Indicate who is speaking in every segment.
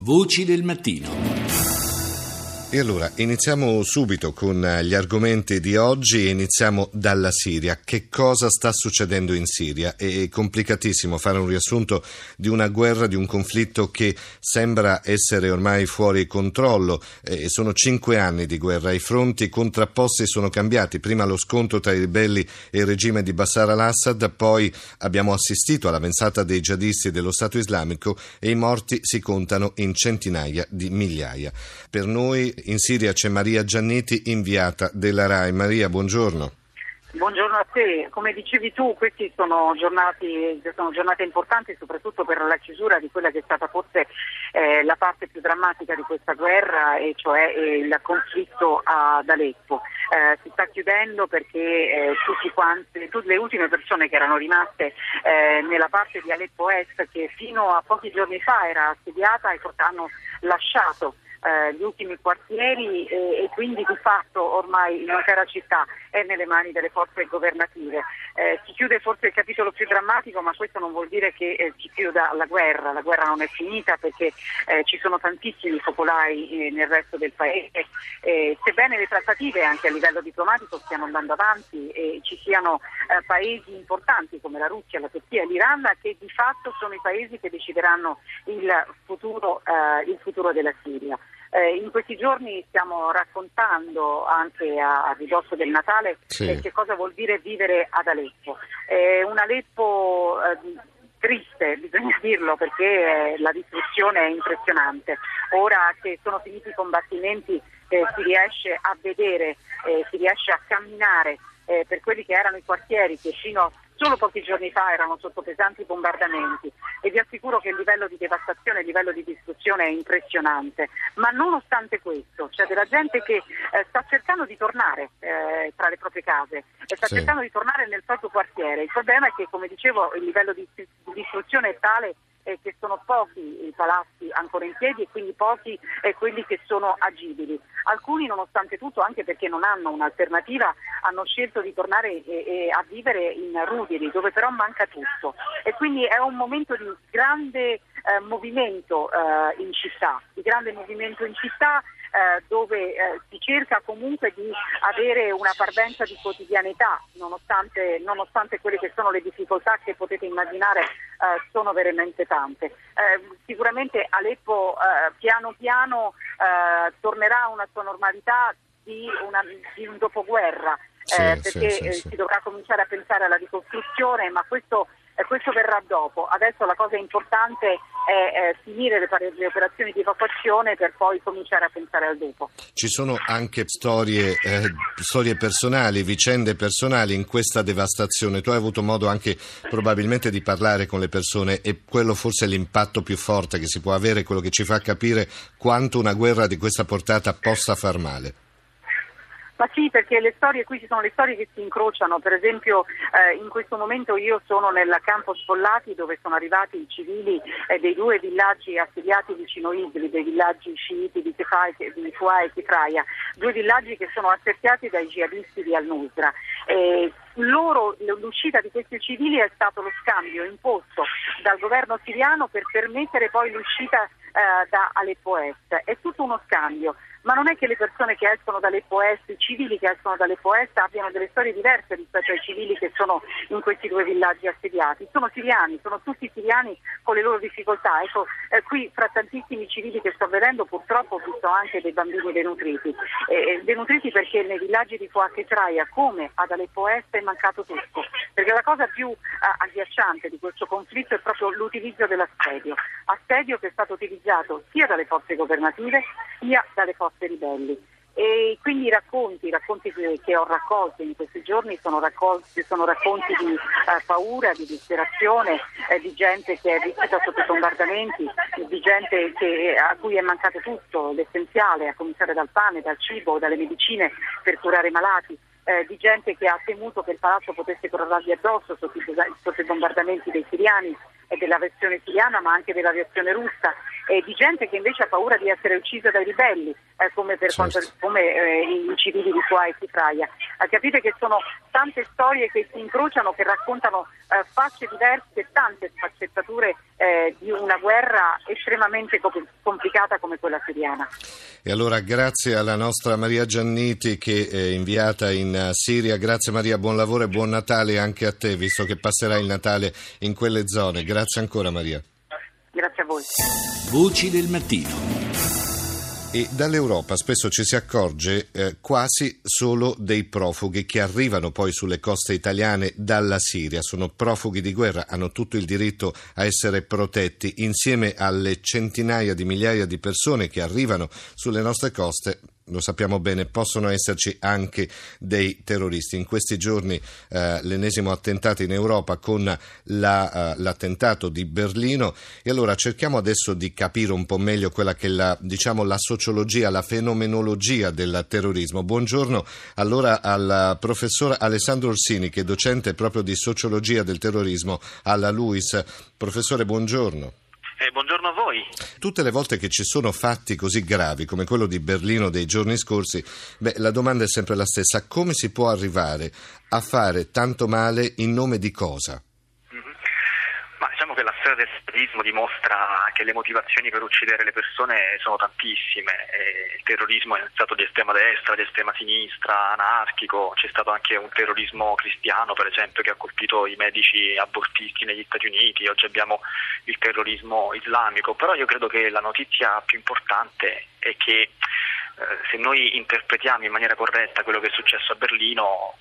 Speaker 1: Voci del mattino.
Speaker 2: E allora iniziamo subito con gli argomenti di oggi e iniziamo dalla Siria. Che cosa sta succedendo in Siria? È complicatissimo fare un riassunto di una guerra, di un conflitto che sembra essere ormai fuori controllo. Sono 5 anni di guerra, i fronti contrapposti sono cambiati. Prima lo scontro tra i ribelli e il regime di Bashar al-Assad, poi abbiamo assistito all'avanzata dei jihadisti dello Stato islamico e i morti si contano in centinaia di migliaia. Per noi in Siria c'è Maria Gianniti, inviata della RAI. Maria, buongiorno.
Speaker 3: Buongiorno a te. Come dicevi tu, questi sono giornate importanti soprattutto per la chiusura di quella che è stata forse la parte più drammatica di questa guerra, e cioè il conflitto ad Aleppo. Si sta chiudendo perché tutte le ultime persone che erano rimaste nella parte di Aleppo Est, che fino a pochi giorni fa era assediata, hanno lasciato gli ultimi quartieri e quindi di fatto ormai l'intera città è nelle mani delle forze governative. Si chiude forse il capitolo più drammatico, ma questo non vuol dire che si chiuda la guerra non è finita, perché ci sono tantissimi focolai nel resto del paese, sebbene le trattative anche a livello diplomatico stiano andando avanti e ci siano paesi importanti come la Russia, la Turchia e l'Iran, che di fatto sono i paesi che decideranno il futuro della Siria. In questi giorni stiamo raccontando anche a ridosso del Natale che cosa vuol dire vivere ad Aleppo. Un Aleppo triste, bisogna dirlo, perché la distruzione è impressionante. Ora che sono finiti i combattimenti si riesce a vedere, si riesce a camminare per quelli che erano i quartieri che fino a solo pochi giorni fa erano sotto pesanti bombardamenti, e vi assicuro che il livello di devastazione, il livello di distruzione è impressionante. Ma nonostante questo c'è della gente che sta cercando di tornare tra le proprie case e sta cercando di tornare nel proprio quartiere. Il problema è che, come dicevo, il livello di distruzione è tale che sono pochi i palazzi ancora in piedi e quindi pochi quelli che sono agibili. Alcuni, nonostante tutto, anche perché non hanno un'alternativa, hanno scelto di tornare a vivere in ruderi, dove però manca tutto, e quindi è un momento di grande movimento in città, dove si cerca comunque di avere una parvenza di quotidianità, nonostante quelle che sono le difficoltà che potete immaginare sono veramente tante. Sicuramente Aleppo piano piano tornerà a una sua normalità di un dopoguerra, perché si dovrà cominciare a pensare alla ricostruzione, ma questo verrà dopo. Adesso la cosa importante è finire le operazioni di evacuazione per poi cominciare a pensare al dopo.
Speaker 2: Ci sono anche storie personali, vicende personali in questa devastazione. Tu hai avuto modo anche probabilmente di parlare con le persone, e quello forse è l'impatto più forte che si può avere, quello che ci fa capire quanto una guerra di questa portata possa far male.
Speaker 3: Ma sì, perché qui ci sono le storie che si incrociano. Per esempio in questo momento io sono nel campo Sfollati, dove sono arrivati i civili dei 2 villaggi assediati vicino Idlib, dei villaggi sciiti di Fuà e Kefraya, 2 villaggi che sono assettiati dai jihadisti di Al-Nusra. L'uscita di questi civili è stato lo scambio imposto dal governo siriano per permettere poi l'uscita da Aleppo Est. È tutto uno scambio. Ma non è che le persone che escono da Aleppo Est, i civili che escono da Aleppo Est, abbiano delle storie diverse rispetto ai civili che sono in questi 2 villaggi assediati. Sono siriani, sono tutti siriani con le loro difficoltà. Ecco, qui fra tantissimi civili che sto vedendo, purtroppo ho visto anche dei bambini denutriti. Denutriti perché nei villaggi di Fuà e Kefraya, come ad Aleppo Est, è mancato tutto. Perché la cosa più agghiacciante di questo conflitto è proprio l'utilizzo dell'assedio. Assedio che è stato utilizzato sia dalle forze governative sia dalle forze ribelli. E quindi i racconti che ho raccolto in questi giorni sono racconti di paura, di disperazione, di gente che è vissuta sotto i bombardamenti, di gente a cui è mancato tutto, l'essenziale, a cominciare dal pane, dal cibo, dalle medicine per curare i malati. Di gente che ha temuto che il palazzo potesse crollargli addosso sotto i bombardamenti dei siriani e della versione siriana, ma anche dell'aviazione russa, di gente che invece ha paura di essere uccisa dai ribelli, come i civili di Suai e Sifraia. Capite che sono tante storie che si incrociano, che raccontano facce diverse, tante sfaccettature di una guerra estremamente complicata come quella siriana.
Speaker 2: E allora grazie alla nostra Maria Gianniti che è inviata in Siria. Grazie Maria, buon lavoro e buon Natale anche a te, visto che passerai il Natale in quelle zone. Grazie ancora Maria.
Speaker 3: Grazie a voi.
Speaker 1: Voci del mattino.
Speaker 2: E dall'Europa spesso ci si accorge quasi solo dei profughi che arrivano poi sulle coste italiane dalla Siria. Sono profughi di guerra, hanno tutto il diritto a essere protetti. Insieme alle centinaia di migliaia di persone che arrivano sulle nostre coste, lo sappiamo bene, possono esserci anche dei terroristi. In questi giorni l'ennesimo attentato in Europa con l'attentato di Berlino, e allora cerchiamo adesso di capire un po' meglio quella che è la sociologia, la fenomenologia del terrorismo. Buongiorno allora al professor Alessandro Orsini, che è docente proprio di sociologia del terrorismo alla LUISS. Professore, buongiorno.
Speaker 4: Buongiorno a voi.
Speaker 2: Tutte le volte che ci sono fatti così gravi come quello di Berlino dei giorni scorsi, la domanda è sempre la stessa: come si può arrivare a fare tanto male in nome di cosa?
Speaker 4: Ma diciamo che la storia del terrorismo dimostra che le motivazioni per uccidere le persone sono tantissime. Il terrorismo è iniziato di estrema destra, di estrema sinistra, anarchico. C'è stato anche un terrorismo cristiano, per esempio, che ha colpito i medici abortisti negli Stati Uniti. Oggi abbiamo il terrorismo islamico. Però io credo che la notizia più importante è che se noi interpretiamo in maniera corretta quello che è successo a Berlino,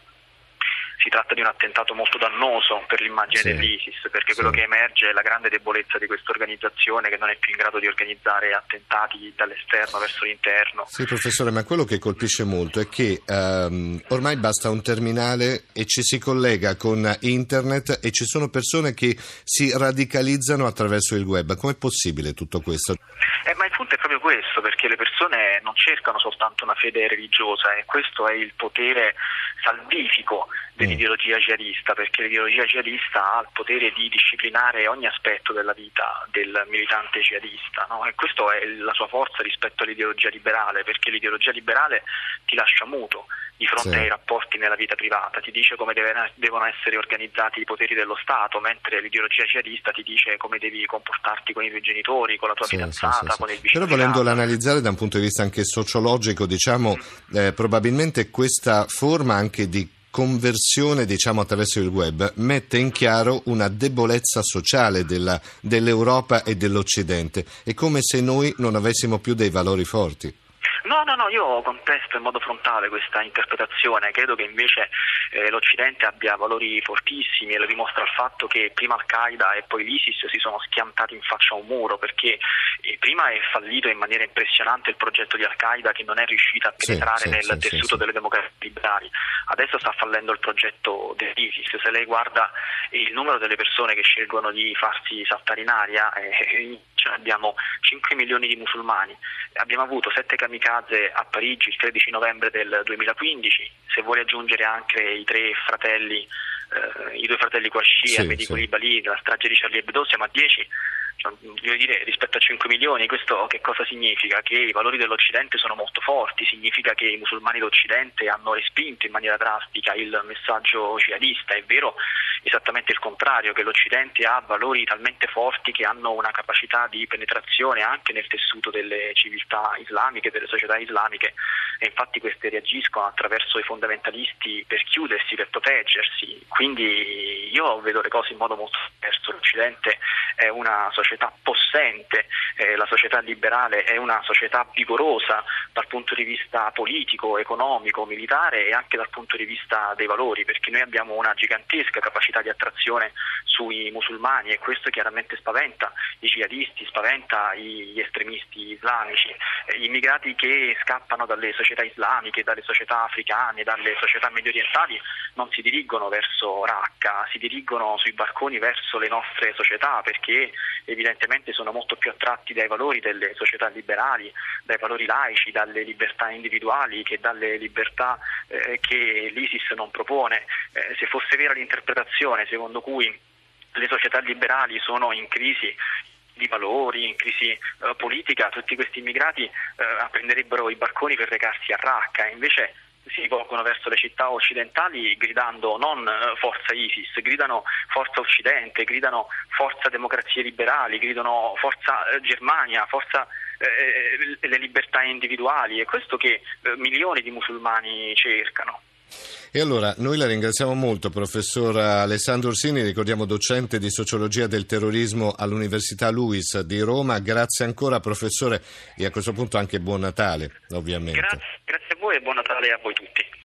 Speaker 4: si tratta di un attentato molto dannoso per l'immagine dell'ISIS, perché quello che emerge è la grande debolezza di questa organizzazione, che non è più in grado di organizzare attentati dall'esterno verso l'interno.
Speaker 2: Sì, professore, ma quello che colpisce molto è che ormai basta un terminale e ci si collega con internet e ci sono persone che si radicalizzano attraverso il web. Com'è possibile tutto questo?
Speaker 4: Ma il punto è proprio questo, perché le persone non cercano soltanto una fede religiosa, e questo è il potere salvifico dell'ideologia jihadista, perché l'ideologia jihadista ha il potere di disciplinare ogni aspetto della vita del militante jihadista, no? E questa è la sua forza rispetto all'ideologia liberale, perché l'ideologia liberale ti lascia muto di fronte ai rapporti nella vita privata, ti dice come devono essere organizzati i poteri dello Stato, mentre l'ideologia jihadista ti dice come devi comportarti con i tuoi genitori, con la tua fidanzata, con il vicino.
Speaker 2: Però volendola analizzare da un punto di vista anche sociologico, probabilmente questa forma anche di conversione, attraverso il web, mette in chiaro una debolezza sociale dell'Europa e dell'Occidente. È come se noi non avessimo più dei valori forti.
Speaker 4: No, io contesto in modo frontale questa interpretazione. Credo che invece l'Occidente abbia valori fortissimi, e lo dimostra il fatto che prima Al-Qaeda e poi l'ISIS si sono schiantati in faccia a un muro, perché prima è fallito in maniera impressionante il progetto di Al-Qaeda, che non è riuscito a penetrare nel tessuto delle democrazie liberali. Adesso sta fallendo il progetto dell'ISIS. Se lei guarda il numero delle persone che scelgono di farsi saltare in aria, abbiamo 5 milioni di musulmani, abbiamo avuto 7 kamikaze a Parigi il 13 novembre del 2015, se vuole aggiungere anche i due fratelli Kouachi a Mehdi-Koulibaly, la strage di Charlie Hebdo, siamo a 10. Voglio dire, rispetto a 5 milioni, questo che cosa significa? Che i valori dell'Occidente sono molto forti, significa che i musulmani d'Occidente hanno respinto in maniera drastica il messaggio jihadista. È vero esattamente il contrario, che l'Occidente ha valori talmente forti che hanno una capacità di penetrazione anche nel tessuto delle civiltà islamiche, delle società islamiche, e infatti queste reagiscono attraverso i fondamentalisti per chiudersi, per proteggersi. Quindi io vedo le cose in modo molto diverso. L'Occidente è una società possente, la società liberale è una società vigorosa dal punto di vista politico, economico, militare, e anche dal punto di vista dei valori, perché noi abbiamo una gigantesca capacità di attrazione sui musulmani, e questo chiaramente spaventa i jihadisti, spaventa gli estremisti islamici. Gli immigrati che scappano dalle società islamiche, dalle società africane, dalle società mediorientali non si dirigono verso Raqqa, si dirigono sui barconi verso le nostre società, perché evidentemente sono molto più attratti dai valori delle società liberali, dai valori laici, dalle libertà individuali che dalle libertà che l'ISIS non propone. Se fosse vera l'interpretazione secondo cui le società liberali sono in crisi, di valori, in crisi politica, tutti questi immigrati prenderebbero i barconi per recarsi a Raqqa, e invece si rivolgono verso le città occidentali gridando non forza ISIS, gridano forza Occidente, gridano forza democrazie liberali, gridano forza Germania, forza le libertà individuali. È questo che milioni di musulmani cercano.
Speaker 2: E allora, noi la ringraziamo molto, professor Alessandro Orsini, ricordiamo docente di sociologia del terrorismo all'Università LUISS di Roma. Grazie ancora, professore, e a questo punto anche buon Natale, ovviamente.
Speaker 4: Grazie a voi e buon Natale a voi tutti.